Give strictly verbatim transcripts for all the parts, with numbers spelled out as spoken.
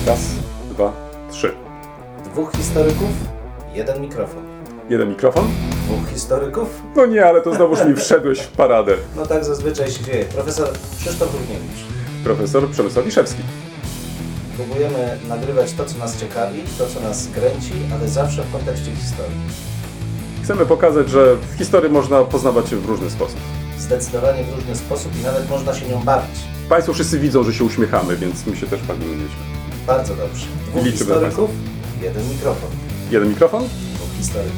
Raz, dwa, trzy. Dwóch historyków, jeden mikrofon. Jeden mikrofon? Dwóch historyków? No nie, ale to znowuż mi wszedłeś w paradę. No tak zazwyczaj się dzieje. Profesor Krzysztof Równiewicz. Profesor Przemysław Wiszewski. Próbujemy nagrywać to, co nas ciekawi, to, co nas kręci, ale zawsze w kontekście historii. Chcemy pokazać, że w historii można poznawać się w różny sposób. Zdecydowanie w różny sposób i nawet można się nią bawić. Państwo wszyscy widzą, że się uśmiechamy, więc my się też bawimy nieźle. Bardzo dobrze. Dwóch Liczymy historyków, jeden mikrofon. Jeden mikrofon? Dwóch historyków.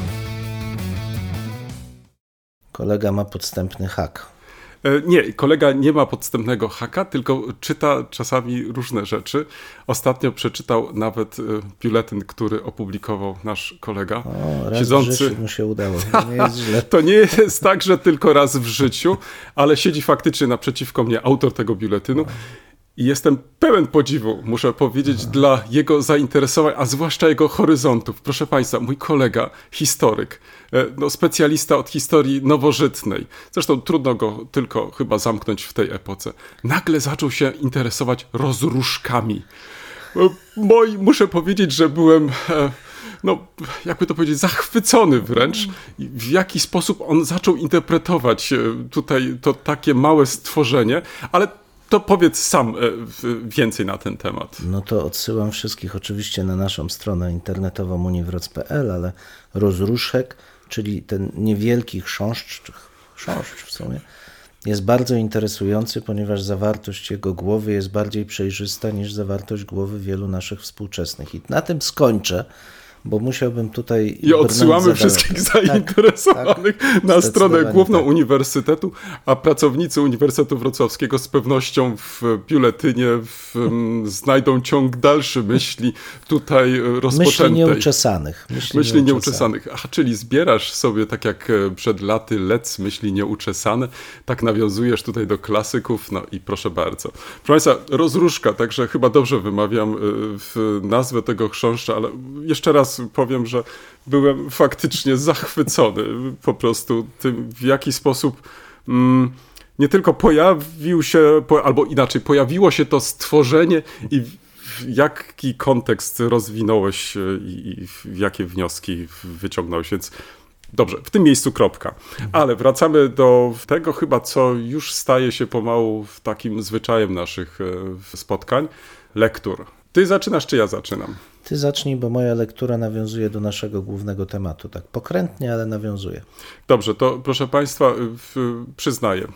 Kolega ma podstępny hak. Nie, kolega nie ma podstępnego haka, tylko czyta czasami różne rzeczy. Ostatnio przeczytał nawet biuletyn, który opublikował nasz kolega. O, raz siedzący... w życiu mu się udało. To nie jest źle. To nie jest tak, że tylko raz w życiu, ale siedzi faktycznie naprzeciwko mnie autor tego biuletynu. I jestem pełen podziwu, muszę powiedzieć, Aha. dla jego zainteresowań, a zwłaszcza jego horyzontów. Proszę Państwa, mój kolega, historyk, no, specjalista od historii nowożytnej, zresztą trudno go tylko chyba zamknąć w tej epoce, nagle zaczął się interesować rozruszkami. Moi, muszę powiedzieć, że byłem... no, jakby to powiedzieć, zachwycony wręcz, w jaki sposób on zaczął interpretować tutaj to takie małe stworzenie, ale to powiedz sam więcej na ten temat. No to odsyłam wszystkich oczywiście na naszą stronę internetową uniwroc kropka pe el, ale rozruszek, czyli ten niewielki chrząszcz, chrząszcz w sumie, jest bardzo interesujący, ponieważ zawartość jego głowy jest bardziej przejrzysta niż zawartość głowy wielu naszych współczesnych. I na tym skończę, bo musiałbym tutaj... I odsyłamy wszystkich zainteresowanych tak, tak, na stronę główną tak. Uniwersytetu, a pracownicy Uniwersytetu Wrocławskiego z pewnością w biuletynie w, um, znajdą ciąg dalszy myśli tutaj rozpoczętej. Myśli nieuczesanych. Myśli, myśli nieuczesanych. A czyli zbierasz sobie, tak jak przed laty lec myśli nieuczesane, tak nawiązujesz tutaj do klasyków, no i proszę bardzo. Proszę Państwa, rozruszka, także chyba dobrze wymawiam w nazwę tego chrząszcza, ale jeszcze raz powiem, że byłem faktycznie zachwycony po prostu tym, w jaki sposób mm, nie tylko pojawił się, po, albo inaczej, pojawiło się to stworzenie i w jaki kontekst rozwinąłeś i, i jakie wnioski wyciągnąłeś, więc dobrze, w tym miejscu kropka. Ale wracamy do tego chyba, co już staje się pomału takim zwyczajem naszych spotkań, lektur. Ty zaczynasz, czy ja zaczynam? Ty zacznij, bo moja lektura nawiązuje do naszego głównego tematu. Tak pokrętnie, ale nawiązuje. Dobrze, to proszę Państwa, w, przyznaję,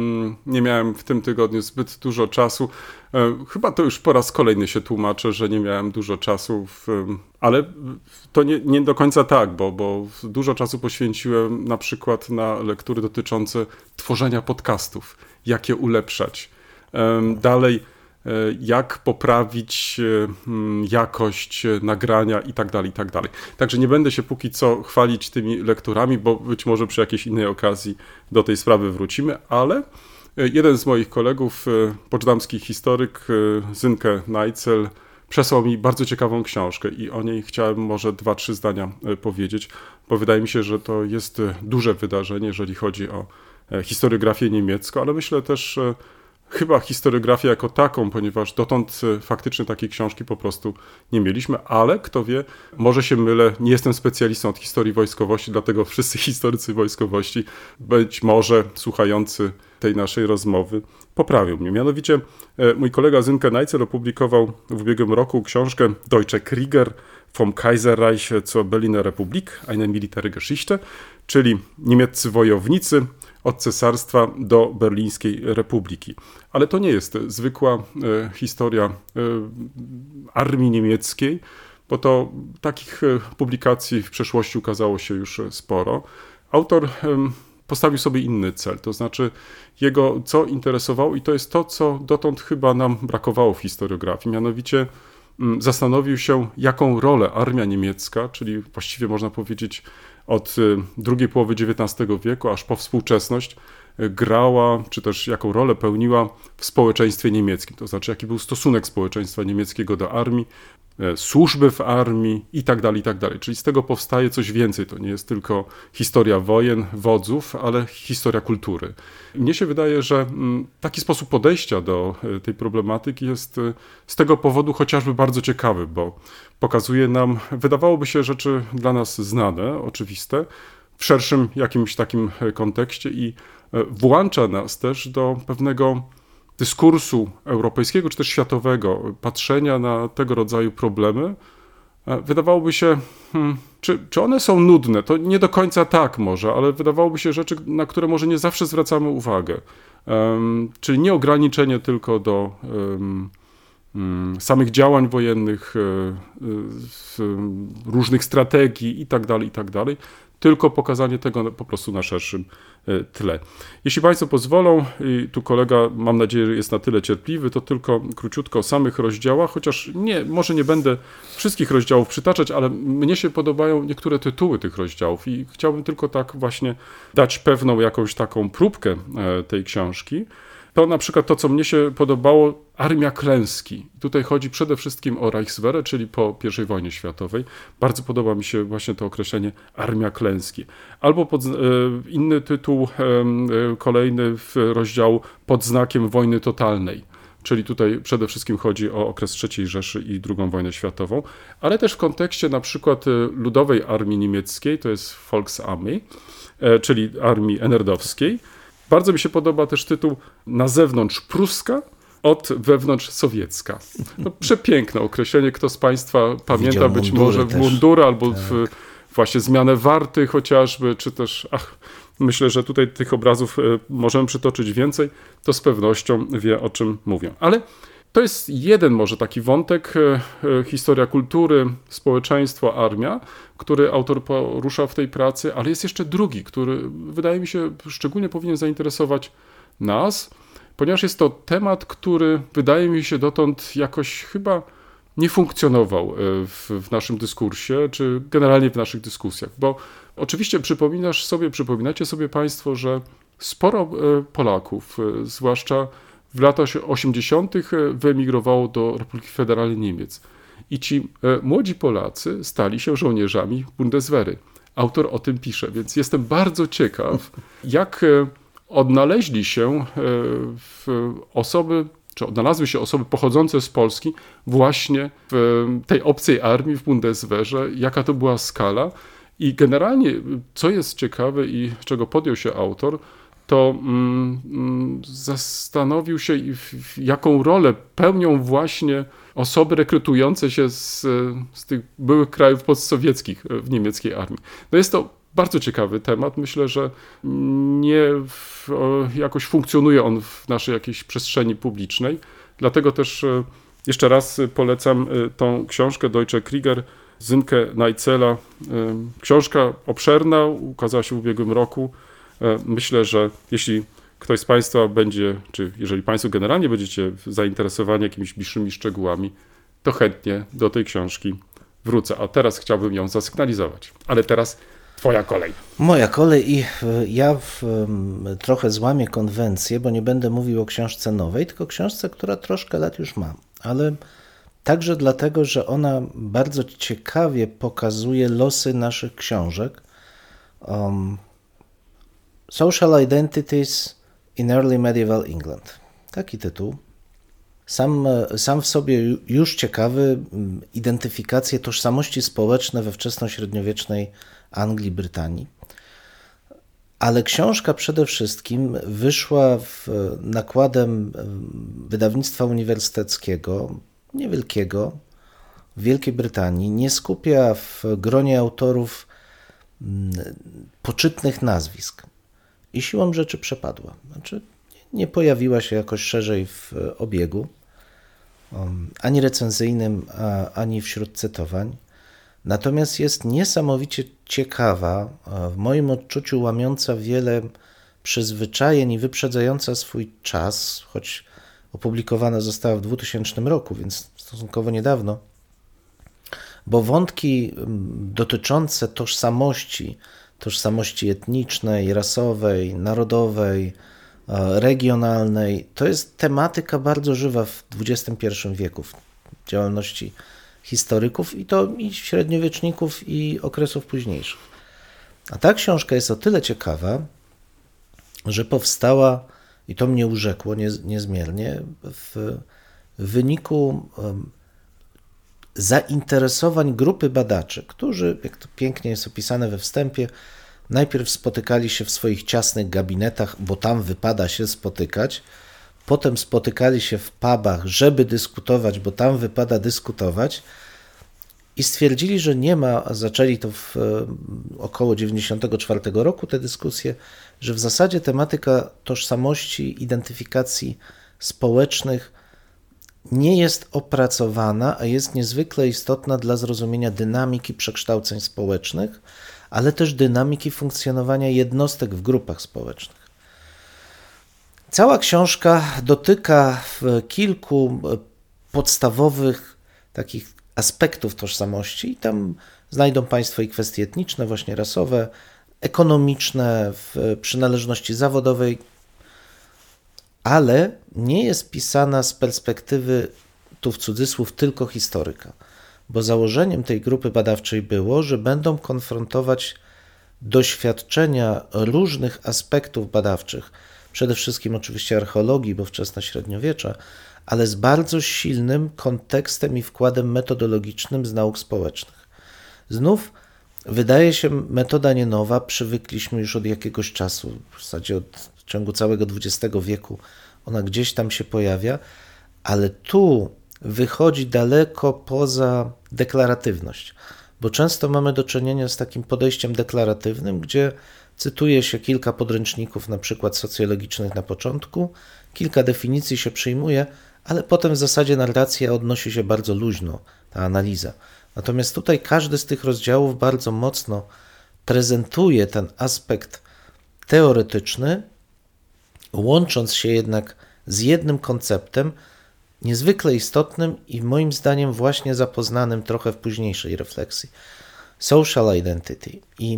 nie miałem w tym tygodniu zbyt dużo czasu. Chyba to już po raz kolejny się tłumaczę, że nie miałem dużo czasu, w, ale to nie, nie do końca tak, bo, bo dużo czasu poświęciłem na przykład na lektury dotyczące tworzenia podcastów, jak je ulepszać. Dalej, jak poprawić jakość nagrania i tak dalej, i tak dalej. Także nie będę się póki co chwalić tymi lekturami, bo być może przy jakiejś innej okazji do tej sprawy wrócimy, ale jeden z moich kolegów, poczdamski historyk Zynke Neitzel, przesłał mi bardzo ciekawą książkę i o niej chciałem może dwa, trzy zdania powiedzieć, bo wydaje mi się, że to jest duże wydarzenie, jeżeli chodzi o historiografię niemiecką, ale myślę też chyba historiografię jako taką, ponieważ dotąd faktycznie takiej książki po prostu nie mieliśmy, ale kto wie, może się mylę, nie jestem specjalistą od historii wojskowości, dlatego wszyscy historycy wojskowości, być może słuchający tej naszej rozmowy, poprawią mnie. Mianowicie mój kolega Zynke Neitzel opublikował w ubiegłym roku książkę Deutsche Krieger vom Kaiserreich zur Berliner Republik, eine Military Geschichte, czyli niemieccy wojownicy od cesarstwa do Berlińskiej Republiki. Ale to nie jest zwykła e, historia e, armii niemieckiej, bo to takich e, publikacji w przeszłości ukazało się już sporo. Autor e, postawił sobie inny cel, to znaczy jego co interesowało i to jest to, co dotąd chyba nam brakowało w historiografii, mianowicie m, zastanowił się, jaką rolę armia niemiecka, czyli właściwie można powiedzieć od drugiej połowy dziewiętnastego wieku aż po współczesność grała, czy też jaką rolę pełniła w społeczeństwie niemieckim. To znaczy, jaki był stosunek społeczeństwa niemieckiego do armii, służby w armii i tak dalej, i tak dalej. Czyli z tego powstaje coś więcej. To nie jest tylko historia wojen, wodzów, ale historia kultury. Mnie się wydaje, że taki sposób podejścia do tej problematyki jest z tego powodu chociażby bardzo ciekawy, bo pokazuje nam, wydawałoby się, rzeczy dla nas znane, oczywiste, w szerszym jakimś takim kontekście i włącza nas też do pewnego dyskursu europejskiego czy też światowego, patrzenia na tego rodzaju problemy. Wydawałoby się, hmm, czy, czy one są nudne? To nie do końca tak może, ale wydawałoby się rzeczy, na które może nie zawsze zwracamy uwagę. Um, czyli nie ograniczenie tylko do um, um, samych działań wojennych, um, różnych strategii i tak dalej, i tak dalej, tylko pokazanie tego po prostu na szerszym tle. Jeśli Państwo pozwolą, i tu kolega, mam nadzieję, jest na tyle cierpliwy, to tylko króciutko o samych rozdziałach, chociaż nie, może nie będę wszystkich rozdziałów przytaczać, ale mnie się podobają niektóre tytuły tych rozdziałów i chciałbym tylko tak właśnie dać pewną jakąś taką próbkę tej książki. To na przykład to, co mnie się podobało, Armia Klęski. Tutaj chodzi przede wszystkim o Reichswehrę, czyli po pierwszej wojnie światowej. Bardzo podoba mi się właśnie to określenie Armia Klęski. Albo pod, e, inny tytuł, e, kolejny w rozdział pod znakiem wojny totalnej. Czyli tutaj przede wszystkim chodzi o okres trzeciej Rzeszy i drugą wojnę światową, ale też w kontekście na przykład Ludowej Armii Niemieckiej, to jest Volksarmee, e, czyli Armii Enerdowskiej. Bardzo mi się podoba też tytuł Na zewnątrz pruska, od wewnątrz sowiecka. No, przepiękne określenie, kto z Państwa pamięta, Widział być mundury może w też. mundury albo Tak. w właśnie zmianę warty chociażby, czy też, ach, myślę, że tutaj tych obrazów e, możemy przytoczyć więcej, to z pewnością wie, o czym mówią. Ale to jest jeden może taki wątek, e, e, historia kultury, społeczeństwo, armia, który autor porusza w tej pracy, ale jest jeszcze drugi, który wydaje mi się szczególnie powinien zainteresować nas, ponieważ jest to temat, który wydaje mi się dotąd jakoś chyba nie funkcjonował w, w naszym dyskursie, czy generalnie w naszych dyskusjach, bo oczywiście przypominasz sobie, przypominacie sobie Państwo, że sporo Polaków, zwłaszcza w latach osiemdziesiątych wyemigrowało do Republiki Federalnej Niemiec i ci młodzi Polacy stali się żołnierzami Bundeswehry. Autor o tym pisze, więc jestem bardzo ciekaw, jak odnaleźli się w osoby, czy odnalazły się osoby pochodzące z Polski właśnie w tej obcej armii, w Bundeswehrze, jaka to była skala. I generalnie, co jest ciekawe i czego podjął się autor, to mm, zastanowił się, jaką rolę pełnią właśnie osoby rekrutujące się z, z tych byłych krajów postsowieckich w niemieckiej armii. No jest to bardzo ciekawy temat. Myślę, że nie w, jakoś funkcjonuje on w naszej jakiejś przestrzeni publicznej. Dlatego też jeszcze raz polecam tą książkę Deutsche Krieger, Sönke Neizela. Książka obszerna, ukazała się w ubiegłym roku. Myślę, że jeśli ktoś z Państwa będzie, czy jeżeli Państwo generalnie będziecie zainteresowani jakimiś bliższymi szczegółami, to chętnie do tej książki wrócę. A teraz chciałbym ją zasygnalizować. Ale teraz Twoja kolej. Moja kolej i ja w, trochę złamię konwencję, bo nie będę mówił o książce nowej, tylko książce, która troszkę lat już ma, ale także dlatego, że ona bardzo ciekawie pokazuje losy naszych książek. Um, Social Identities in Early Medieval England. Taki tytuł. Sam, sam w sobie już ciekawy, identyfikacje, tożsamości społeczne we wczesnośredniowiecznej Anglii, Brytanii. Ale książka przede wszystkim wyszła w, nakładem wydawnictwa uniwersyteckiego, niewielkiego, w Wielkiej Brytanii. Nie skupia w gronie autorów poczytnych nazwisk. I siłą rzeczy przepadła. Znaczy, nie pojawiła się jakoś szerzej w obiegu, ani recenzyjnym, ani wśród cytowań. Natomiast jest niesamowicie ciekawa, w moim odczuciu łamiąca wiele przyzwyczajeń i wyprzedzająca swój czas, choć opublikowana została w dwutysięcznym roku, więc stosunkowo niedawno, bo wątki dotyczące tożsamości, tożsamości etnicznej, rasowej, narodowej, regionalnej, to jest tematyka bardzo żywa w dwudziestym pierwszym wieku w działalności historyków, i to i średniowieczników, i okresów późniejszych. A ta książka jest o tyle ciekawa, że powstała, i to mnie urzekło niezmiernie, w wyniku zainteresowań grupy badaczy, którzy, jak to pięknie jest opisane we wstępie, najpierw spotykali się w swoich ciasnych gabinetach, bo tam wypada się spotykać, potem spotykali się w pubach, żeby dyskutować, bo tam wypada dyskutować, i stwierdzili, że nie ma, a zaczęli to w około dziewięćdziesiątego czwartego roku, te dyskusje, że w zasadzie tematyka tożsamości, identyfikacji społecznych nie jest opracowana, a jest niezwykle istotna dla zrozumienia dynamiki przekształceń społecznych, ale też dynamiki funkcjonowania jednostek w grupach społecznych. Cała książka dotyka kilku podstawowych takich aspektów tożsamości i tam znajdą Państwo i kwestie etniczne, właśnie rasowe, ekonomiczne, w przynależności zawodowej, ale nie jest pisana z perspektywy, tu w cudzysłów, tylko historyka, bo założeniem tej grupy badawczej było, że będą konfrontować doświadczenia różnych aspektów badawczych, przede wszystkim oczywiście archeologii, bo wczesne średniowiecze, ale z bardzo silnym kontekstem i wkładem metodologicznym z nauk społecznych. Znów wydaje się metoda nie nowa, przywykliśmy już od jakiegoś czasu, w zasadzie od w ciągu całego dwudziestego wieku ona gdzieś tam się pojawia, ale tu wychodzi daleko poza deklaratywność, bo często mamy do czynienia z takim podejściem deklaratywnym, gdzie cytuje się kilka podręczników, na przykład socjologicznych na początku, kilka definicji się przyjmuje, ale potem w zasadzie narracja odnosi się bardzo luźno, ta analiza. Natomiast tutaj każdy z tych rozdziałów bardzo mocno prezentuje ten aspekt teoretyczny, łącząc się jednak z jednym konceptem niezwykle istotnym i moim zdaniem właśnie zapoznanym trochę w późniejszej refleksji. Social identity. I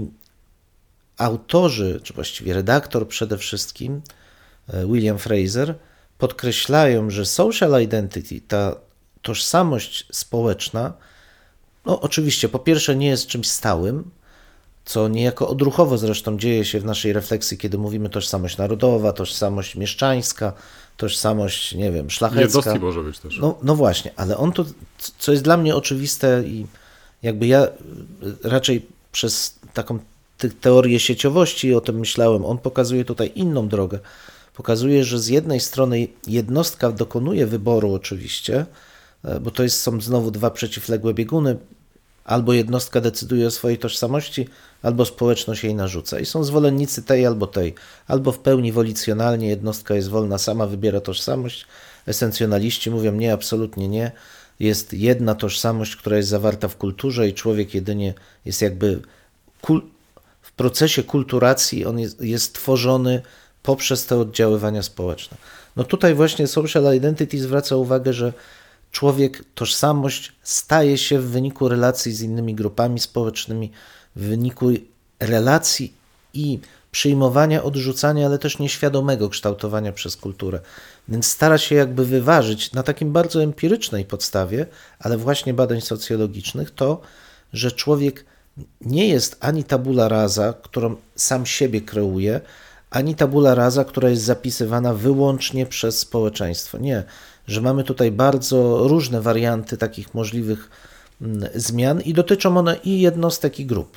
autorzy, czy właściwie redaktor przede wszystkim, William Fraser, podkreślają, że social identity, ta tożsamość społeczna, no oczywiście po pierwsze nie jest czymś stałym, co niejako odruchowo zresztą dzieje się w naszej refleksji, kiedy mówimy tożsamość narodowa, tożsamość mieszczańska, tożsamość, nie wiem, szlachecka. Jednostki może być też. No, no właśnie, ale on to, co jest dla mnie oczywiste i jakby ja raczej przez taką teorię sieciowości o tym myślałem, on pokazuje tutaj inną drogę. Pokazuje, że z jednej strony jednostka dokonuje wyboru oczywiście, bo to jest, są znowu dwa przeciwległe bieguny, albo jednostka decyduje o swojej tożsamości, albo społeczność jej narzuca. I są zwolennicy tej albo tej. Albo w pełni wolicjonalnie jednostka jest wolna, sama wybiera tożsamość. Esencjonaliści mówią nie, absolutnie nie. Jest jedna tożsamość, która jest zawarta w kulturze i człowiek jedynie jest jakby kul- w procesie kulturacji, on jest, jest tworzony poprzez te oddziaływania społeczne. No tutaj właśnie social identity zwraca uwagę, że człowiek, tożsamość staje się w wyniku relacji z innymi grupami społecznymi, w wyniku relacji i przyjmowania, odrzucania, ale też nieświadomego kształtowania przez kulturę. Więc stara się jakby wyważyć na takim bardzo empirycznej podstawie, ale właśnie badań socjologicznych, to, że człowiek nie jest ani tabula rasa, którą sam siebie kreuje, ani tabula rasa, która jest zapisywana wyłącznie przez społeczeństwo. Nie, że mamy tutaj bardzo różne warianty takich możliwych zmian i dotyczą one i jednostek, i grup.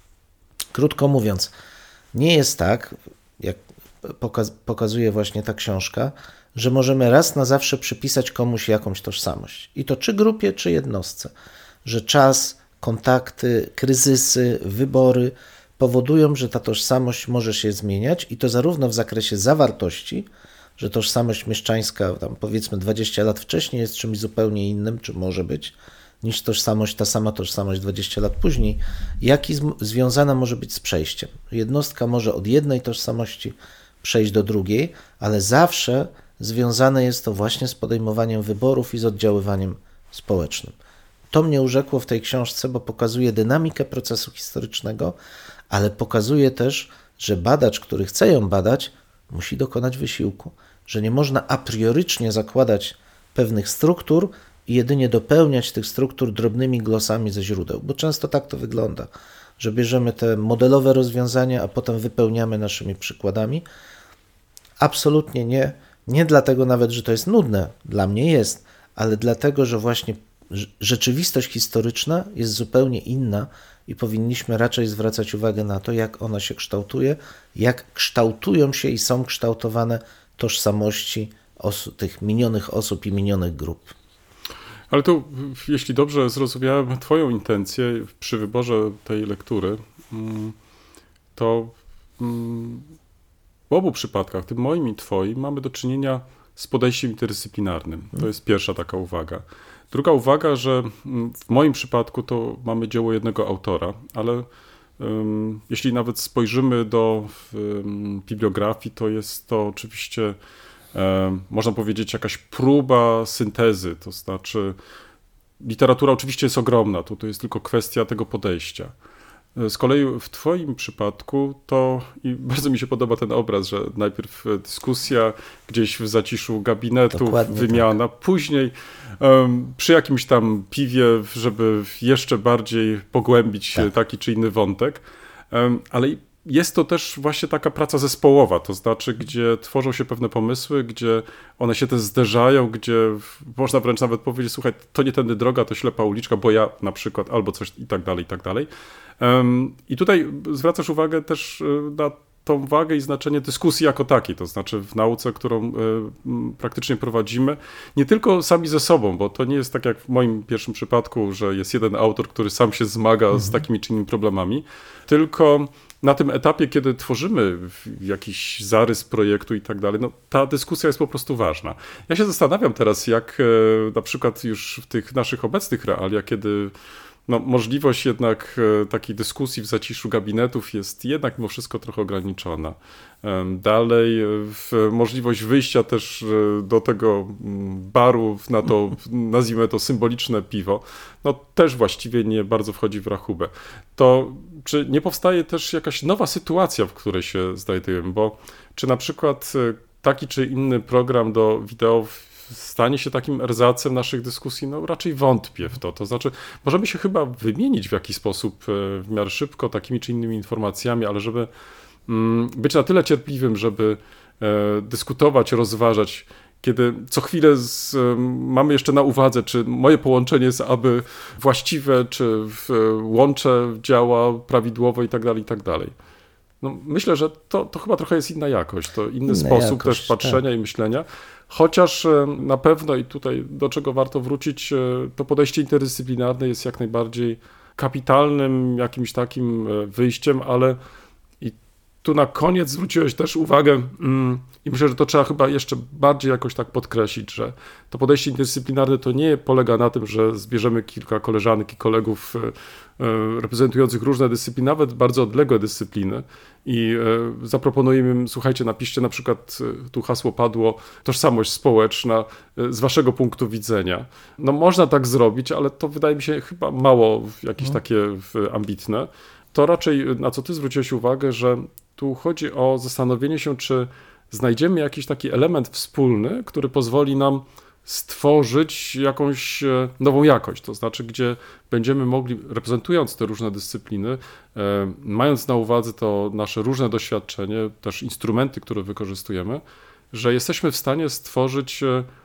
Krótko mówiąc, nie jest tak, jak pokazuje właśnie ta książka, że możemy raz na zawsze przypisać komuś jakąś tożsamość. I to czy grupie, czy jednostce. Że czas, kontakty, kryzysy, wybory powodują, że ta tożsamość może się zmieniać i to zarówno w zakresie zawartości, że tożsamość mieszczańska, tam powiedzmy dwadzieścia lat wcześniej jest czymś zupełnie innym, czy może być, niż tożsamość, ta sama tożsamość dwadzieścia lat później, jak i związana może być z przejściem. Jednostka może od jednej tożsamości przejść do drugiej, ale zawsze związane jest to właśnie z podejmowaniem wyborów i z oddziaływaniem społecznym. To mnie urzekło w tej książce, bo pokazuje dynamikę procesu historycznego, ale pokazuje też, że badacz, który chce ją badać, musi dokonać wysiłku, że nie można a priorycznie zakładać pewnych struktur, i jedynie dopełniać tych struktur drobnymi glosami ze źródeł, bo często tak to wygląda, że bierzemy te modelowe rozwiązania, a potem wypełniamy naszymi przykładami. Absolutnie nie. Nie dlatego nawet, że to jest nudne, dla mnie jest, ale dlatego, że właśnie rzeczywistość historyczna jest zupełnie inna i powinniśmy raczej zwracać uwagę na to, jak ona się kształtuje, jak kształtują się i są kształtowane tożsamości osób, tych minionych osób i minionych grup. Ale tu, jeśli dobrze zrozumiałem Twoją intencję przy wyborze tej lektury, to w obu przypadkach, tym moim i Twoim, mamy do czynienia z podejściem interdyscyplinarnym. To jest pierwsza taka uwaga. Druga uwaga, że w moim przypadku to mamy dzieło jednego autora, ale um, jeśli nawet spojrzymy do um, bibliografii, to jest to oczywiście, um, można powiedzieć, jakaś próba syntezy, to znaczy literatura oczywiście jest ogromna, to, to jest tylko kwestia tego podejścia. Z kolei w Twoim przypadku to, i bardzo mi się podoba ten obraz, że najpierw dyskusja gdzieś w zaciszu gabinetu, Dokładnie wymiana, tak. później um, przy jakimś tam piwie, żeby jeszcze bardziej pogłębić tak. taki czy inny wątek, um, ale jest to też właśnie taka praca zespołowa, to znaczy, gdzie tworzą się pewne pomysły, gdzie one się też zderzają, gdzie można wręcz nawet powiedzieć, słuchaj, to nie tędy droga, to ślepa uliczka, bo ja na przykład, albo coś i tak dalej, i tak dalej. I tutaj zwracasz uwagę też na tą wagę i znaczenie dyskusji jako takiej, to znaczy w nauce, którą praktycznie prowadzimy, nie tylko sami ze sobą, bo to nie jest tak jak w moim pierwszym przypadku, że jest jeden autor, który sam się zmaga mhm. z takimi czy innymi problemami, tylko na tym etapie, kiedy tworzymy jakiś zarys projektu i tak dalej, no ta dyskusja jest po prostu ważna. Ja się zastanawiam teraz, jak na przykład już w tych naszych obecnych realiach, kiedy no, możliwość jednak takiej dyskusji w zaciszu gabinetów jest jednak mimo wszystko trochę ograniczona. Dalej możliwość wyjścia też do tego baru na to, nazwijmy to symboliczne piwo, no też właściwie nie bardzo wchodzi w rachubę. To czy nie powstaje też jakaś nowa sytuacja, w której się znajdujemy, bo czy na przykład taki czy inny program do wideo stanie się takim erzacem naszych dyskusji? No raczej wątpię w to. To znaczy możemy się chyba wymienić w jakiś sposób w miarę szybko takimi czy innymi informacjami, ale żeby być na tyle cierpliwym, żeby dyskutować, rozważać, kiedy co chwilę z, mamy jeszcze na uwadze, czy moje połączenie jest aby właściwe, czy łącze działa prawidłowo i tak dalej, i tak dalej. No, myślę, że to, to chyba trochę jest inna jakość, to inny inna sposób jakość, też patrzenia tak. i myślenia, chociaż na pewno i tutaj do czego warto wrócić, to podejście interdyscyplinarne jest jak najbardziej kapitalnym jakimś takim wyjściem, ale i tu na koniec zwróciłeś też uwagę mm, i myślę, że to trzeba chyba jeszcze bardziej jakoś tak podkreślić, że to podejście interdyscyplinarne to nie polega na tym, że zbierzemy kilka koleżanek i kolegów reprezentujących różne dyscypliny, nawet bardzo odległe dyscypliny i zaproponujemy im, słuchajcie, napiszcie na przykład, tu hasło padło, tożsamość społeczna z waszego punktu widzenia. No można tak zrobić, ale to wydaje mi się chyba mało jakieś no. takie ambitne. To raczej, na co ty zwróciłeś uwagę, że tu chodzi o zastanowienie się, czy znajdziemy jakiś taki element wspólny, który pozwoli nam stworzyć jakąś nową jakość, to znaczy, gdzie będziemy mogli, reprezentując te różne dyscypliny, mając na uwadze to nasze różne doświadczenie, też instrumenty, które wykorzystujemy, że jesteśmy w stanie stworzyć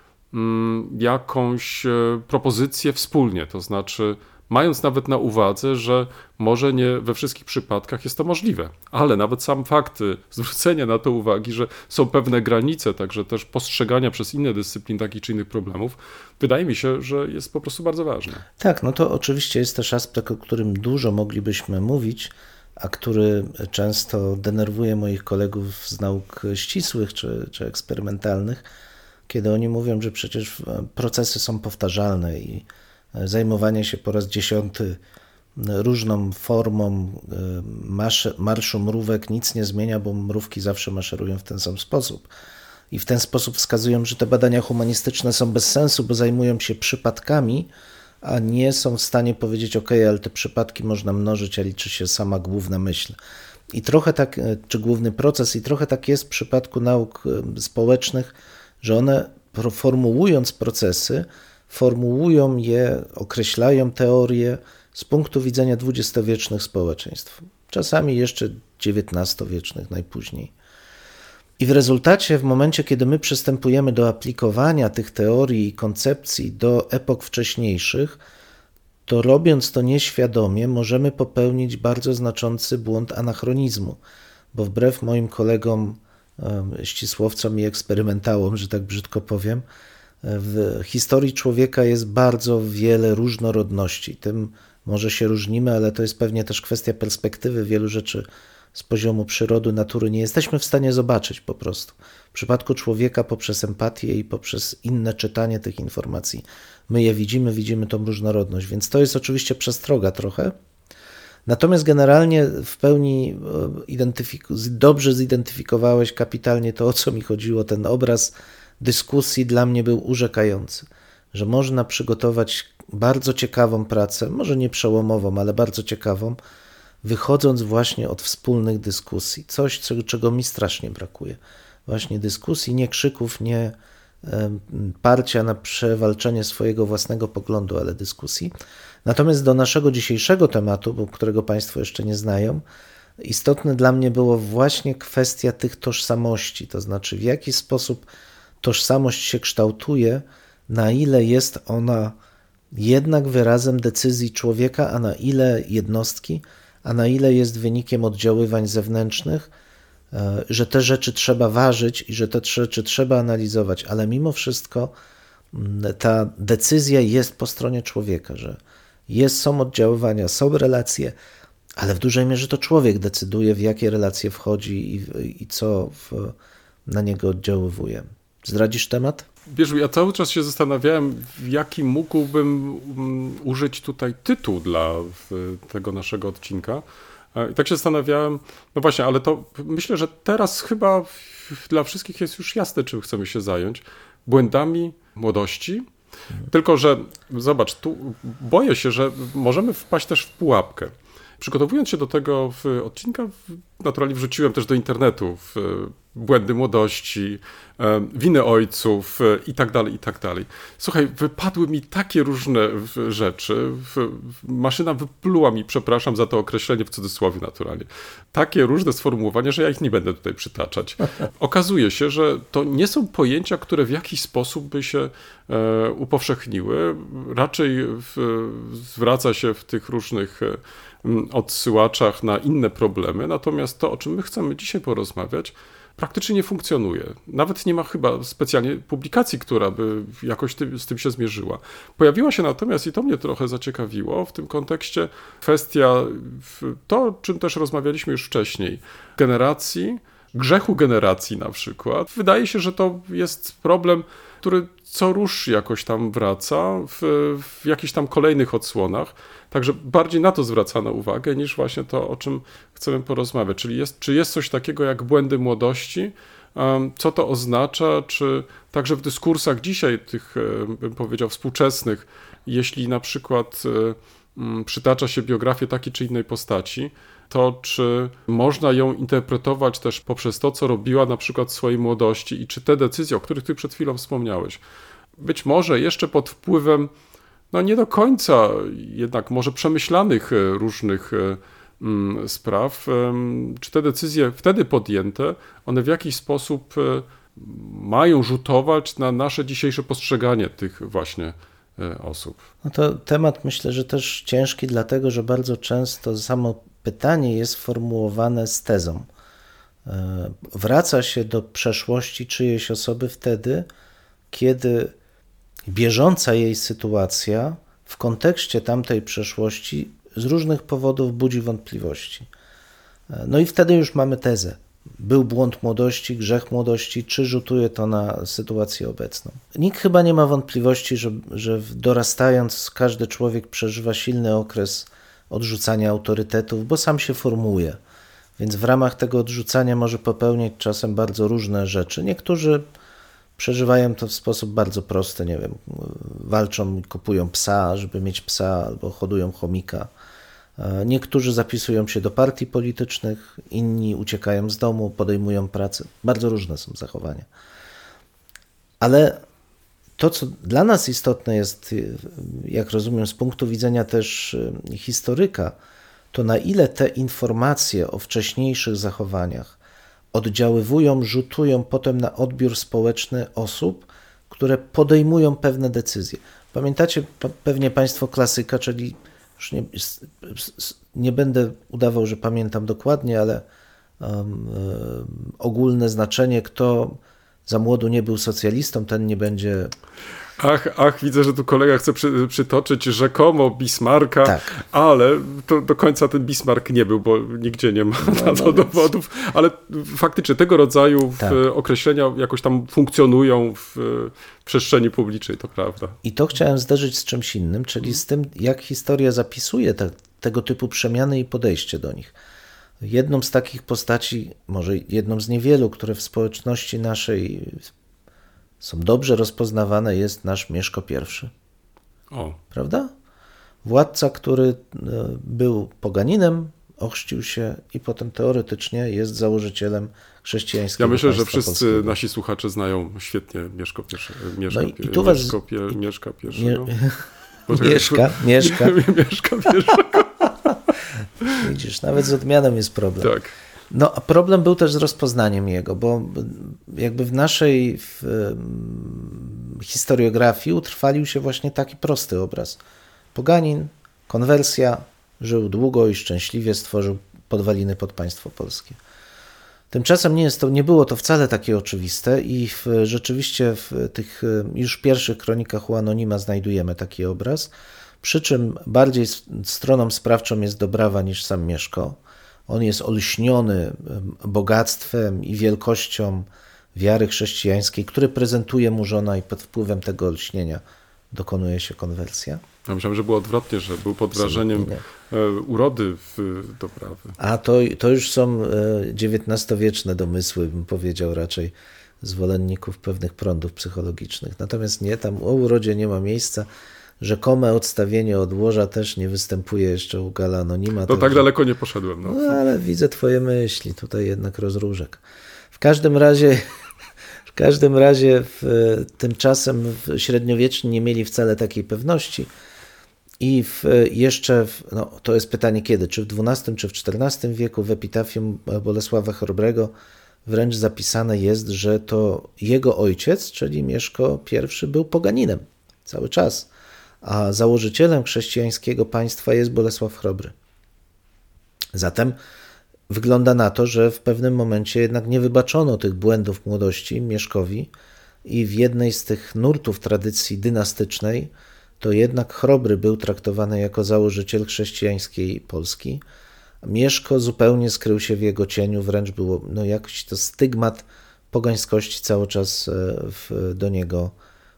jakąś propozycję wspólnie, to znaczy mając nawet na uwadze, że może nie we wszystkich przypadkach jest to możliwe, ale nawet sam fakt zwrócenia na to uwagi, że są pewne granice, także też postrzegania przez inne dyscypliny takich czy innych problemów, wydaje mi się, że jest po prostu bardzo ważne. Tak, no to oczywiście jest też aspekt, o którym dużo moglibyśmy mówić, a który często denerwuje moich kolegów z nauk ścisłych czy, czy eksperymentalnych, kiedy oni mówią, że przecież procesy są powtarzalne i zajmowanie się po raz dziesiąty różną formą marszu mrówek nic nie zmienia, bo mrówki zawsze maszerują w ten sam sposób. I w ten sposób wskazują, że te badania humanistyczne są bez sensu, bo zajmują się przypadkami, a nie są w stanie powiedzieć, ok, ale te przypadki można mnożyć, a liczy się sama główna myśl. I trochę tak, czy główny proces, i trochę tak jest w przypadku nauk społecznych, że one formułując procesy, formułują je, określają teorie z punktu widzenia dwudziestowiecznych społeczeństw, czasami jeszcze dziewiętnastowiecznych najpóźniej. I w rezultacie, w momencie, kiedy my przystępujemy do aplikowania tych teorii i koncepcji do epok wcześniejszych, to robiąc to nieświadomie, możemy popełnić bardzo znaczący błąd anachronizmu, bo wbrew moim kolegom, ścisłowcom i eksperymentałom, że tak brzydko powiem, w historii człowieka jest bardzo wiele różnorodności. Tym może się różnimy, ale to jest pewnie też kwestia perspektywy. Wielu rzeczy z poziomu przyrody, natury nie jesteśmy w stanie zobaczyć po prostu. W przypadku człowieka poprzez empatię i poprzez inne czytanie tych informacji my je widzimy, widzimy tą różnorodność, więc to jest oczywiście przestroga trochę. Natomiast generalnie w pełni identyfiku- dobrze zidentyfikowałeś kapitalnie to, o co mi chodziło. Ten obraz dyskusji dla mnie był urzekający, że można przygotować bardzo ciekawą pracę, może nie przełomową, ale bardzo ciekawą, wychodząc właśnie od wspólnych dyskusji. Coś, czego mi strasznie brakuje. Właśnie dyskusji, nie krzyków, nie parcia na przewalczenie swojego własnego poglądu, ale dyskusji. Natomiast do naszego dzisiejszego tematu, którego Państwo jeszcze nie znają, istotne dla mnie było właśnie kwestia tych tożsamości, to znaczy w jaki sposób tożsamość się kształtuje, na ile jest ona jednak wyrazem decyzji człowieka, a na ile jednostki, a na ile jest wynikiem oddziaływań zewnętrznych, że te rzeczy trzeba ważyć i że te rzeczy trzeba analizować, ale mimo wszystko ta decyzja jest po stronie człowieka, że jest, są oddziaływania, są relacje, ale w dużej mierze to człowiek decyduje, w jakie relacje wchodzi i, i co w, na niego oddziaływuje. Zdradzisz temat? Wiesz, ja cały czas się zastanawiałem, jaki mógłbym um, użyć tutaj tytuł dla w, tego naszego odcinka. I tak się zastanawiałem, no właśnie, ale to myślę, że teraz chyba dla wszystkich jest już jasne, czym chcemy się zająć. Błędami młodości. Mhm. Tylko że zobacz, tu boję się, że możemy wpaść też w pułapkę. Przygotowując się do tego odcinka, naturalnie wrzuciłem też do internetu błędy młodości, winy ojców i tak dalej, i tak dalej. Słuchaj, wypadły mi takie różne rzeczy, maszyna wypluła mi, przepraszam za to określenie w cudzysłowie naturalnie, takie różne sformułowania, że ja ich nie będę tutaj przytaczać. Okazuje się, że to nie są pojęcia, które w jakiś sposób by się upowszechniły. Raczej zwraca się w tych różnych odsyłaczach na inne problemy, natomiast to, o czym my chcemy dzisiaj porozmawiać, praktycznie nie funkcjonuje. Nawet nie ma chyba specjalnie publikacji, która by jakoś ty, z tym się zmierzyła. Pojawiła się natomiast, i to mnie trochę zaciekawiło, w tym kontekście kwestia, to czym też rozmawialiśmy już wcześniej, generacji, grzechu generacji na przykład. Wydaje się, że to jest problem, który co rusz jakoś tam wraca w, w jakichś tam kolejnych odsłonach. Także bardziej na to zwracano uwagę, niż właśnie to, o czym chcemy porozmawiać. Czyli jest, czy jest coś takiego jak błędy młodości, co to oznacza, czy także w dyskursach dzisiaj tych, bym powiedział, współczesnych, jeśli na przykład przytacza się biografię takiej czy innej postaci, to czy można ją interpretować też poprzez to, co robiła na przykład w swojej młodości i czy te decyzje, o których ty przed chwilą wspomniałeś, być może jeszcze pod wpływem no nie do końca jednak może przemyślanych różnych spraw, czy te decyzje wtedy podjęte, one w jakiś sposób mają rzutować na nasze dzisiejsze postrzeganie tych właśnie osób. No to temat myślę, że też ciężki, dlatego że bardzo często samo pytanie jest sformułowane z tezą. Wraca się do przeszłości czyjejś osoby wtedy, kiedy bieżąca jej sytuacja w kontekście tamtej przeszłości z różnych powodów budzi wątpliwości. No i wtedy już mamy tezę. Był błąd młodości, grzech młodości, czy rzutuje to na sytuację obecną? Nikt chyba nie ma wątpliwości, że, że dorastając każdy człowiek przeżywa silny okres odrzucania autorytetów, bo sam się formuje. Więc w ramach tego odrzucania może popełniać czasem bardzo różne rzeczy. Niektórzy przeżywają to w sposób bardzo prosty, nie wiem, walczą i kupują psa, żeby mieć psa, albo hodują chomika. Niektórzy zapisują się do partii politycznych, inni uciekają z domu, podejmują pracę. Bardzo różne są zachowania. Ale to, co dla nas istotne jest, jak rozumiem, z punktu widzenia też historyka, to na ile te informacje o wcześniejszych zachowaniach oddziaływują, rzutują potem na odbiór społeczny osób, które podejmują pewne decyzje. Pamiętacie pewnie Państwo klasyka, czyli już nie, nie będę udawał, że pamiętam dokładnie, ale um, um, ogólne znaczenie, kto za młodu nie był socjalistą, ten nie będzie... Ach, ach, widzę, że tu kolega chce przy, przytoczyć rzekomo Bismarcka, tak. Ale to do końca ten Bismarck nie był, bo nigdzie nie ma no, na to no dowodów, więc... ale faktycznie tego rodzaju tak. określenia jakoś tam funkcjonują w przestrzeni publicznej, to prawda. I to chciałem zderzyć z czymś innym, czyli z tym, jak historia zapisuje te, tego typu przemiany i podejście do nich. Jedną z takich postaci, może jedną z niewielu, które w społeczności naszej są dobrze rozpoznawane, jest nasz Mieszko I. O. Prawda? Władca, który był poganinem, ochrzcił się i potem teoretycznie jest założycielem chrześcijańskiego Ja myślę, państwa że wszyscy polskiego. nasi słuchacze znają świetnie Mieszko I. Mieszka, no i, i tu was... Mieszko, Pie, Mieszka I. Mie... Mieszka, Mieszka. Mieszka I. Widzisz, nawet z odmianą jest problem. Tak. No, a problem był też z rozpoznaniem jego, bo jakby w naszej w, historiografii utrwalił się właśnie taki prosty obraz. Poganin, konwersja, żył długo i szczęśliwie, stworzył podwaliny pod państwo polskie. Tymczasem nie, jest to, nie było to wcale takie oczywiste i w, rzeczywiście w tych już pierwszych kronikach u Anonima znajdujemy taki obraz, przy czym bardziej stroną sprawczą jest Dobrawa niż sam Mieszko. On jest olśniony bogactwem i wielkością wiary chrześcijańskiej, który prezentuje mu żona i pod wpływem tego olśnienia dokonuje się konwersja. Ja myślałem, że było odwrotnie, że był pod wrażeniem urody w Dobrawy. A to, to już są dziewiętnastowieczne domysły, bym powiedział raczej, zwolenników pewnych prądów psychologicznych. Natomiast nie, tam o urodzie nie ma miejsca. Rzekome odstawienie od łoża też nie występuje jeszcze u Gala Anonima. No tak daleko nie poszedłem. No. no ale widzę twoje myśli, tutaj jednak rozróżek. W każdym razie, w każdym razie w, tymczasem średniowieczni nie mieli wcale takiej pewności i w, jeszcze, w, no to jest pytanie kiedy, czy w dwunastym czy w czternastym wieku w epitafium Bolesława Chrobrego wręcz zapisane jest, że to jego ojciec, czyli Mieszko I, był poganinem cały czas. A założycielem chrześcijańskiego państwa jest Bolesław Chrobry. Zatem wygląda na to, że w pewnym momencie jednak nie wybaczono tych błędów młodości Mieszkowi i w jednej z tych nurtów tradycji dynastycznej to jednak Chrobry był traktowany jako założyciel chrześcijańskiej Polski. Mieszko zupełnie skrył się w jego cieniu, wręcz było no, jakiś to stygmat pogańskości cały czas w, do niego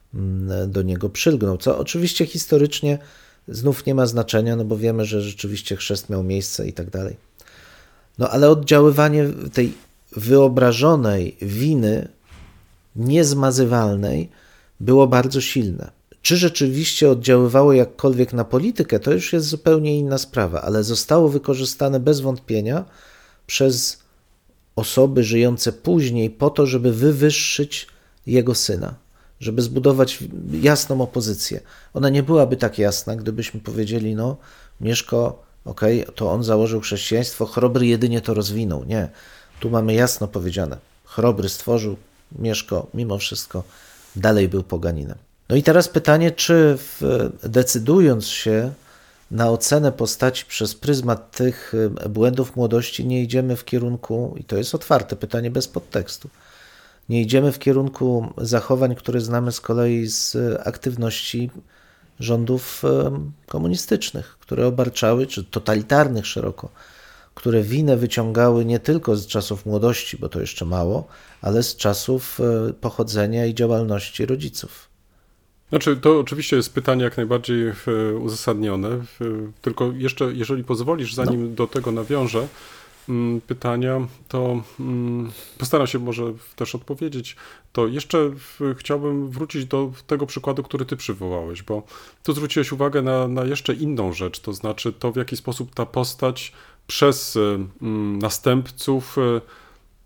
do niego przylgnął, co oczywiście historycznie znów nie ma znaczenia, no bo wiemy, że rzeczywiście chrzest miał miejsce i tak dalej. No ale oddziaływanie tej wyobrażonej winy niezmazywalnej było bardzo silne. Czy rzeczywiście oddziaływało jakkolwiek na politykę, to już jest zupełnie inna sprawa, ale zostało wykorzystane bez wątpienia przez osoby żyjące później po to, żeby wywyższyć jego syna, żeby zbudować jasną opozycję. Ona nie byłaby tak jasna, gdybyśmy powiedzieli, no Mieszko, okej, okay, to on założył chrześcijaństwo, Chrobry jedynie to rozwinął. Nie, tu mamy jasno powiedziane. Chrobry stworzył, Mieszko mimo wszystko dalej był poganinem. No i teraz pytanie, czy w, decydując się na ocenę postaci przez pryzmat tych błędów młodości nie idziemy w kierunku, i to jest otwarte pytanie bez podtekstu, nie idziemy w kierunku zachowań, które znamy z kolei z aktywności rządów komunistycznych, które obarczały, czy totalitarnych szeroko, które winę wyciągały nie tylko z czasów młodości, bo to jeszcze mało, ale z czasów pochodzenia i działalności rodziców. Znaczy, to oczywiście jest pytanie jak najbardziej uzasadnione, tylko jeszcze, jeżeli pozwolisz, zanim no. do tego nawiążę, pytania, to postaram się może też odpowiedzieć. To jeszcze chciałbym wrócić do tego przykładu, który ty przywołałeś, bo tu zwróciłeś uwagę na, na jeszcze inną rzecz, to znaczy to, w jaki sposób ta postać przez następców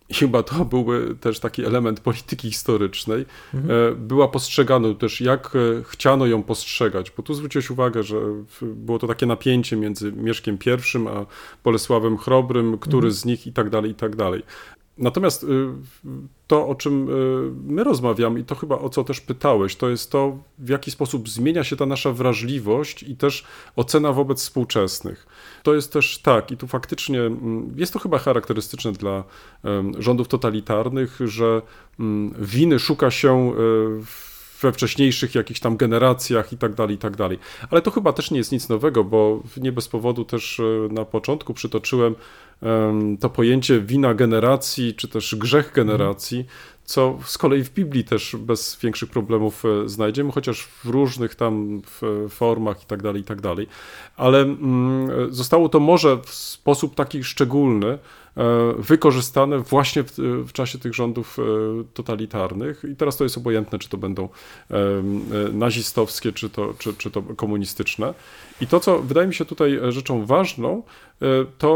i chyba to byłby też taki element polityki historycznej, mhm. była postrzegana też, jak chciano ją postrzegać, bo tu zwróciłeś uwagę, że było to takie napięcie między Mieszkiem I a Bolesławem Chrobrym, który mhm. z nich i tak dalej, i tak dalej. Natomiast to, o czym my rozmawiamy i to chyba o co też pytałeś, to jest to, w jaki sposób zmienia się ta nasza wrażliwość i też ocena wobec współczesnych. To jest też tak i tu faktycznie jest to chyba charakterystyczne dla rządów totalitarnych, że winy szuka się we wcześniejszych jakichś tam generacjach i tak dalej, i tak dalej. Ale to chyba też nie jest nic nowego, bo nie bez powodu też na początku przytoczyłem to pojęcie wina generacji, czy też grzech generacji, co z kolei w Biblii też bez większych problemów znajdziemy, chociaż w różnych tam formach i tak dalej, i tak dalej. Ale zostało to może w sposób taki szczególny wykorzystane właśnie w, w czasie tych rządów totalitarnych i teraz to jest obojętne, czy to będą nazistowskie, czy to, czy, czy to komunistyczne. I to, co wydaje mi się tutaj rzeczą ważną, to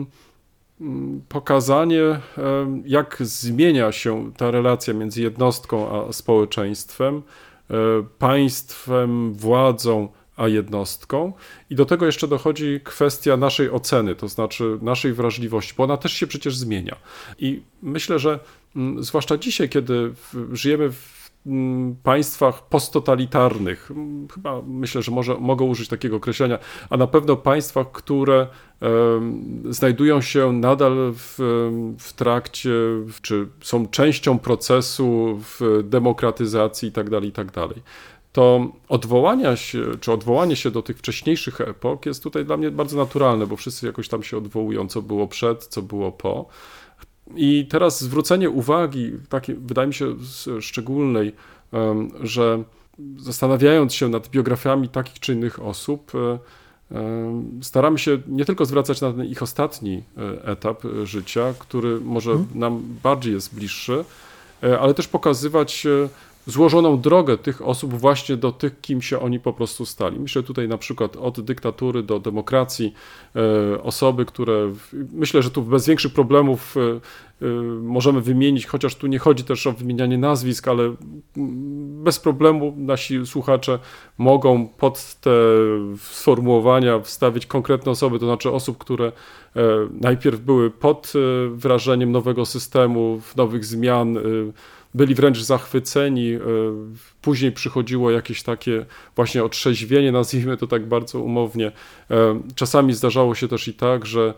pokazanie, jak zmienia się ta relacja między jednostką a społeczeństwem, państwem, władzą a jednostką. I do tego jeszcze dochodzi kwestia naszej oceny, to znaczy naszej wrażliwości, bo ona też się przecież zmienia. I myślę, że zwłaszcza dzisiaj, kiedy żyjemy w państwach posttotalitarnych, chyba myślę, że może, mogę użyć takiego określenia, a na pewno państwach, które e, znajdują się nadal w, w trakcie, czy są częścią procesu w demokratyzacji i tak dalej, i tak dalej. To odwołania się, czy odwołanie się do tych wcześniejszych epok jest tutaj dla mnie bardzo naturalne, bo wszyscy jakoś tam się odwołują, co było przed, co było po. I teraz zwrócenie uwagi, takiej, wydaje mi się, szczególnej, że zastanawiając się nad biografiami takich czy innych osób, staramy się nie tylko zwracać na ten ich ostatni etap życia, który może nam bardziej jest bliższy, ale też pokazywać złożoną drogę tych osób właśnie do tych, kim się oni po prostu stali. Myślę tutaj na przykład od dyktatury do demokracji, osoby, które myślę, że tu bez większych problemów możemy wymienić, chociaż tu nie chodzi też o wymienianie nazwisk, ale bez problemu nasi słuchacze mogą pod te sformułowania wstawić konkretne osoby, to znaczy osób, które najpierw były pod wrażeniem nowego systemu, nowych zmian, byli wręcz zachwyceni, później przychodziło jakieś takie właśnie otrzeźwienie, nazwijmy to tak bardzo umownie. Czasami zdarzało się też i tak, że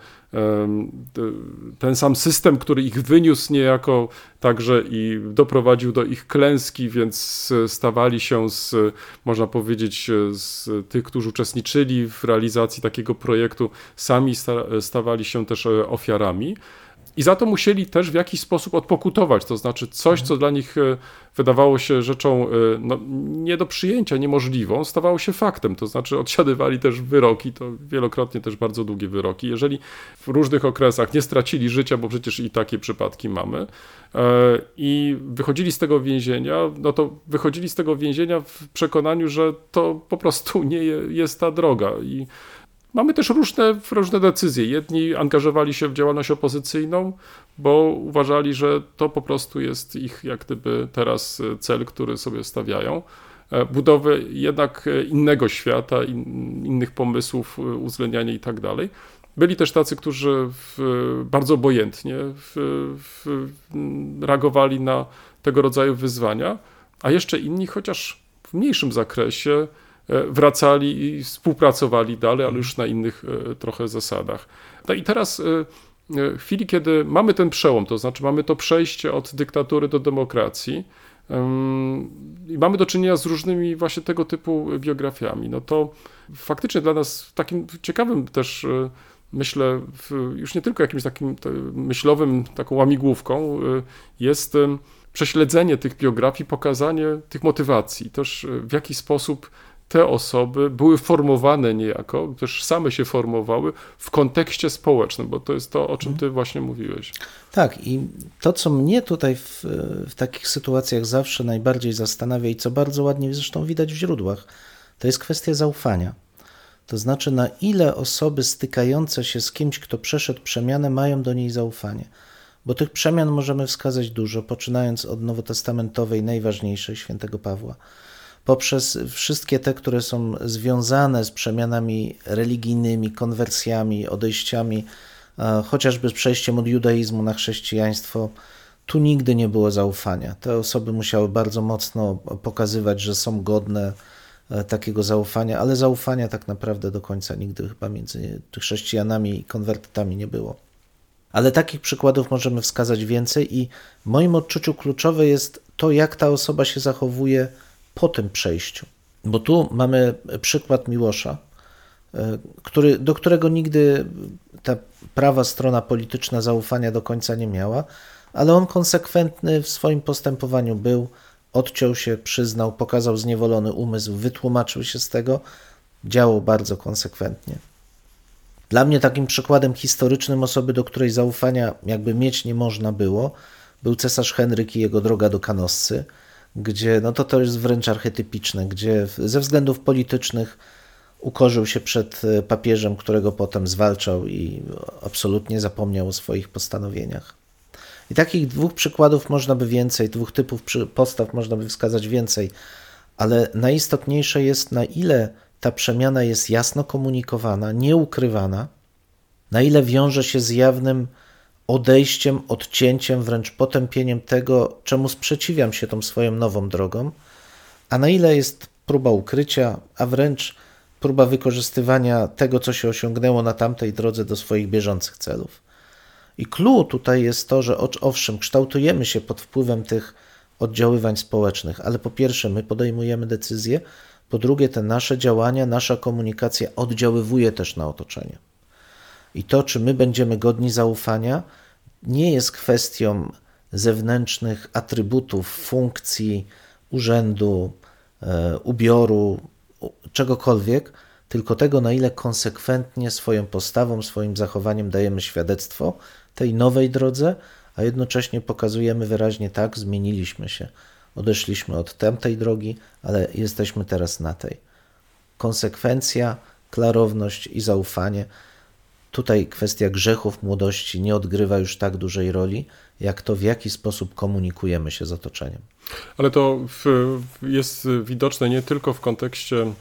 ten sam system, który ich wyniósł niejako także i doprowadził do ich klęski, więc stawali się z, można powiedzieć, z tych, którzy uczestniczyli w realizacji takiego projektu, sami stawali się też ofiarami. I za to musieli też w jakiś sposób odpokutować, to znaczy coś, co dla nich wydawało się rzeczą no, nie do przyjęcia, niemożliwą, stawało się faktem, to znaczy odsiadywali też wyroki, to wielokrotnie też bardzo długie wyroki. Jeżeli w różnych okresach nie stracili życia, bo przecież i takie przypadki mamy, i wychodzili z tego więzienia, no to wychodzili z tego więzienia w przekonaniu, że to po prostu nie jest ta droga. I mamy też różne, różne decyzje. Jedni angażowali się w działalność opozycyjną, bo uważali, że to po prostu jest ich jak gdyby teraz cel, który sobie stawiają. Budowę jednak innego świata, in, innych pomysłów, uwzględnianie i tak dalej. Byli też tacy, którzy w, bardzo obojętnie w, w, reagowali na tego rodzaju wyzwania, a jeszcze inni, chociaż w mniejszym zakresie, wracali i współpracowali dalej, ale już na innych trochę zasadach. No i teraz w chwili, kiedy mamy ten przełom, to znaczy mamy to przejście od dyktatury do demokracji i mamy do czynienia z różnymi właśnie tego typu biografiami, no to faktycznie dla nas takim ciekawym też, myślę, już nie tylko jakimś takim myślowym, taką łamigłówką jest prześledzenie tych biografii, pokazanie tych motywacji, też w jaki sposób te osoby były formowane niejako, też same się formowały w kontekście społecznym, bo to jest to, o czym ty właśnie mówiłeś. Tak, i to, co mnie tutaj w, w takich sytuacjach zawsze najbardziej zastanawia i co bardzo ładnie zresztą widać w źródłach, to jest kwestia zaufania. To znaczy, na ile osoby stykające się z kimś, kto przeszedł przemianę, mają do niej zaufanie. bo tych przemian możemy wskazać dużo, poczynając od nowotestamentowej, najważniejszej, świętego Pawła, poprzez wszystkie te, które są związane z przemianami religijnymi, konwersjami, odejściami, chociażby z przejściem od judaizmu na chrześcijaństwo. Tu nigdy nie było zaufania. Te osoby musiały bardzo mocno pokazywać, że są godne takiego zaufania, ale zaufania tak naprawdę do końca nigdy chyba między chrześcijanami i konwertytami nie było. Ale takich przykładów możemy wskazać więcej i w moim odczuciu kluczowe jest to, jak ta osoba się zachowuje po tym przejściu. Bo tu mamy przykład Miłosza, który, do którego nigdy ta prawa strona polityczna zaufania do końca nie miała, ale on konsekwentny w swoim postępowaniu był, odciął się, przyznał, pokazał zniewolony umysł, wytłumaczył się z tego, działał bardzo konsekwentnie. Dla mnie takim przykładem historycznym osoby, do której zaufania jakby mieć nie można było, był cesarz Henryk i jego droga do Kanossy, gdzie, no to to jest wręcz archetypiczne, gdzie ze względów politycznych ukorzył się przed papieżem, którego potem zwalczał i absolutnie zapomniał o swoich postanowieniach. I takich dwóch przykładów można by więcej, dwóch typów postaw można by wskazać więcej, ale najistotniejsze jest, na ile ta przemiana jest jasno komunikowana, nieukrywana, na ile wiąże się z jawnym odejściem, odcięciem, wręcz potępieniem tego, czemu sprzeciwiam się tą swoją nową drogą, a na ile jest próba ukrycia, a wręcz próba wykorzystywania tego, co się osiągnęło na tamtej drodze do swoich bieżących celów. I clue tutaj jest to, że owszem, kształtujemy się pod wpływem tych oddziaływań społecznych, ale po pierwsze my podejmujemy decyzje, po drugie te nasze działania, nasza komunikacja oddziaływuje też na otoczenie. I to, czy my będziemy godni zaufania, nie jest kwestią zewnętrznych atrybutów, funkcji, urzędu, e, ubioru, czegokolwiek, tylko tego, na ile konsekwentnie swoją postawą, swoim zachowaniem dajemy świadectwo tej nowej drodze, a jednocześnie pokazujemy wyraźnie, tak, zmieniliśmy się. Odeszliśmy od tamtej drogi, ale jesteśmy teraz na tej. Konsekwencja, klarowność i zaufanie. Tutaj kwestia grzechów młodości nie odgrywa już tak dużej roli, jak to, w jaki sposób komunikujemy się z otoczeniem. Ale to w, jest widoczne nie tylko w kontekście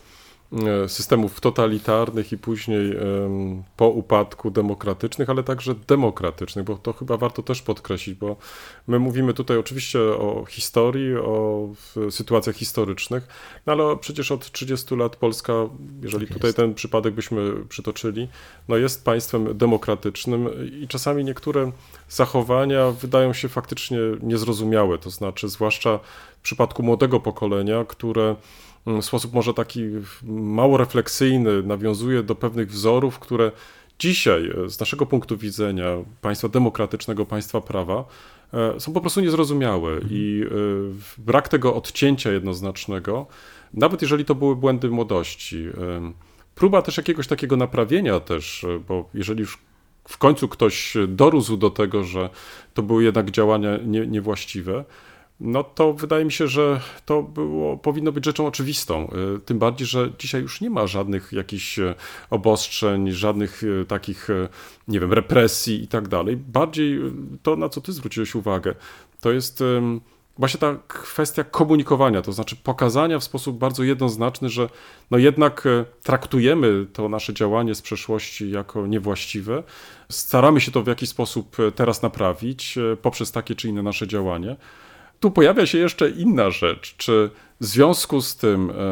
systemów totalitarnych i później po upadku demokratycznych, ale także demokratycznych, bo to chyba warto też podkreślić, bo my mówimy tutaj oczywiście o historii, o sytuacjach historycznych, no ale przecież od trzydziestu lat Polska, jeżeli tak tutaj ten przypadek byśmy przytoczyli, no jest państwem demokratycznym i czasami niektóre zachowania wydają się faktycznie niezrozumiałe, to znaczy zwłaszcza w przypadku młodego pokolenia, które w sposób może taki mało refleksyjny nawiązuje do pewnych wzorów, które dzisiaj z naszego punktu widzenia państwa demokratycznego, państwa prawa są po prostu niezrozumiałe i brak tego odcięcia jednoznacznego, nawet jeżeli to były błędy młodości, próba też jakiegoś takiego naprawienia też, bo jeżeli już w końcu ktoś dorósł do tego, że to były jednak działania nie, niewłaściwe, no to wydaje mi się, że to było, powinno być rzeczą oczywistą. Tym bardziej, że dzisiaj już nie ma żadnych jakichś obostrzeń, żadnych takich, nie wiem, represji i tak dalej. Bardziej to, na co ty zwróciłeś uwagę, to jest właśnie ta kwestia komunikowania, to znaczy pokazania w sposób bardzo jednoznaczny, że no jednak traktujemy to nasze działanie z przeszłości jako niewłaściwe, staramy się to w jakiś sposób teraz naprawić poprzez takie czy inne nasze działanie. Tu pojawia się jeszcze inna rzecz, czy w związku z tym, e,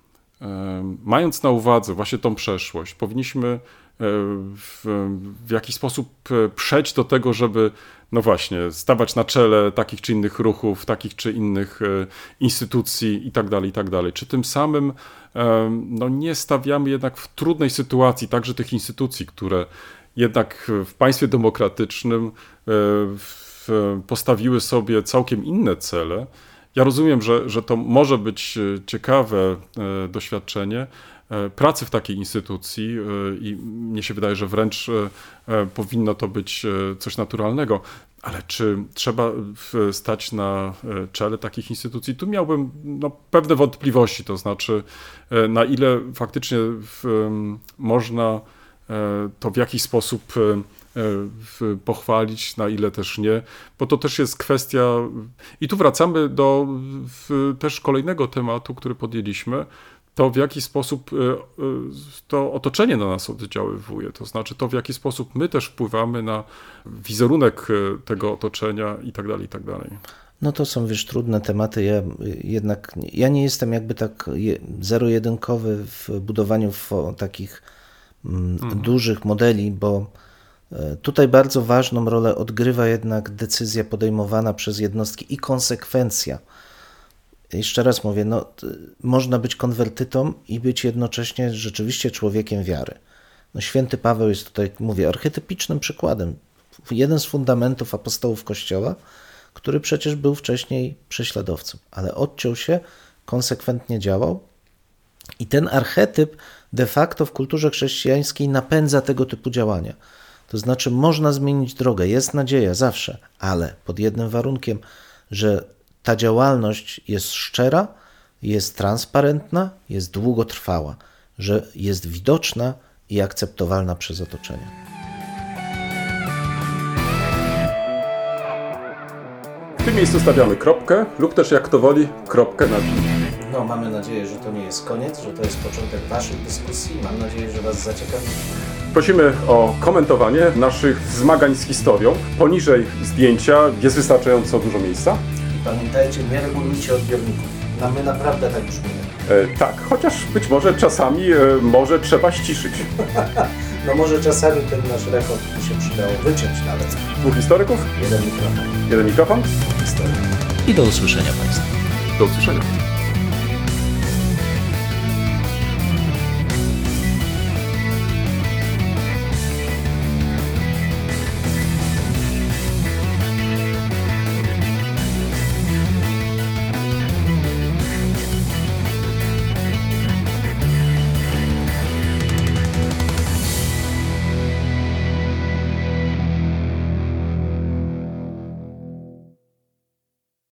e, mając na uwadze właśnie tą przeszłość, powinniśmy w, w jakiś sposób przejść do tego, żeby no właśnie stawać na czele takich czy innych ruchów, takich czy innych instytucji i tak dalej, i tak dalej. Czy tym samym no, nie stawiamy jednak w trudnej sytuacji także tych instytucji, które jednak w państwie demokratycznym w postawiły sobie całkiem inne cele. Ja rozumiem, że, że to może być ciekawe doświadczenie pracy w takiej instytucji i mnie się wydaje, że wręcz powinno to być coś naturalnego, ale czy trzeba stać na czele takich instytucji? Tu miałbym no, pewne wątpliwości, to znaczy na ile faktycznie w, można to w jakiś sposób w, pochwalić, na ile też nie, bo to też jest kwestia, i tu wracamy do w, też kolejnego tematu, który podjęliśmy, to w jaki sposób to otoczenie na nas oddziaływuje, to znaczy to w jaki sposób my też wpływamy na wizerunek tego otoczenia i tak dalej, i tak dalej. No to są, wiesz, trudne tematy. Ja jednak, ja nie jestem jakby tak zero-jedynkowy w budowaniu takich mhm. dużych modeli, bo tutaj bardzo ważną rolę odgrywa jednak decyzja podejmowana przez jednostki i konsekwencja. Jeszcze raz mówię, no, można być konwertytą i być jednocześnie rzeczywiście człowiekiem wiary. No, święty Paweł jest tutaj, mówię, archetypicznym przykładem. Jeden z fundamentów apostołów Kościoła, który przecież był wcześniej prześladowcą, ale odciął się, konsekwentnie działał i ten archetyp de facto w kulturze chrześcijańskiej napędza tego typu działania. To znaczy można zmienić drogę, jest nadzieja zawsze, ale pod jednym warunkiem, że ta działalność jest szczera, jest transparentna, jest długotrwała, że jest widoczna i akceptowalna przez otoczenie. W tym miejscu stawiamy kropkę lub też, jak to woli, kropkę nad nim. No, mamy nadzieję, że to nie jest koniec, że to jest początek Waszych dyskusji. Mam nadzieję, że Was zaciekawi. Prosimy o komentowanie naszych zmagań z historią. Poniżej zdjęcia jest wystarczająco dużo miejsca. I pamiętajcie, nie regulujcie odbiorników. No, my naprawdę tak brzmimy. E, tak, chociaż być może czasami e, może trzeba ściszyć. No może czasami ten nasz rekord by się przydało wyciąć nawet. Dwóch historyków. Jeden mikrofon. Jeden mikrofon. Historyk. I do usłyszenia Państwu. Do usłyszenia.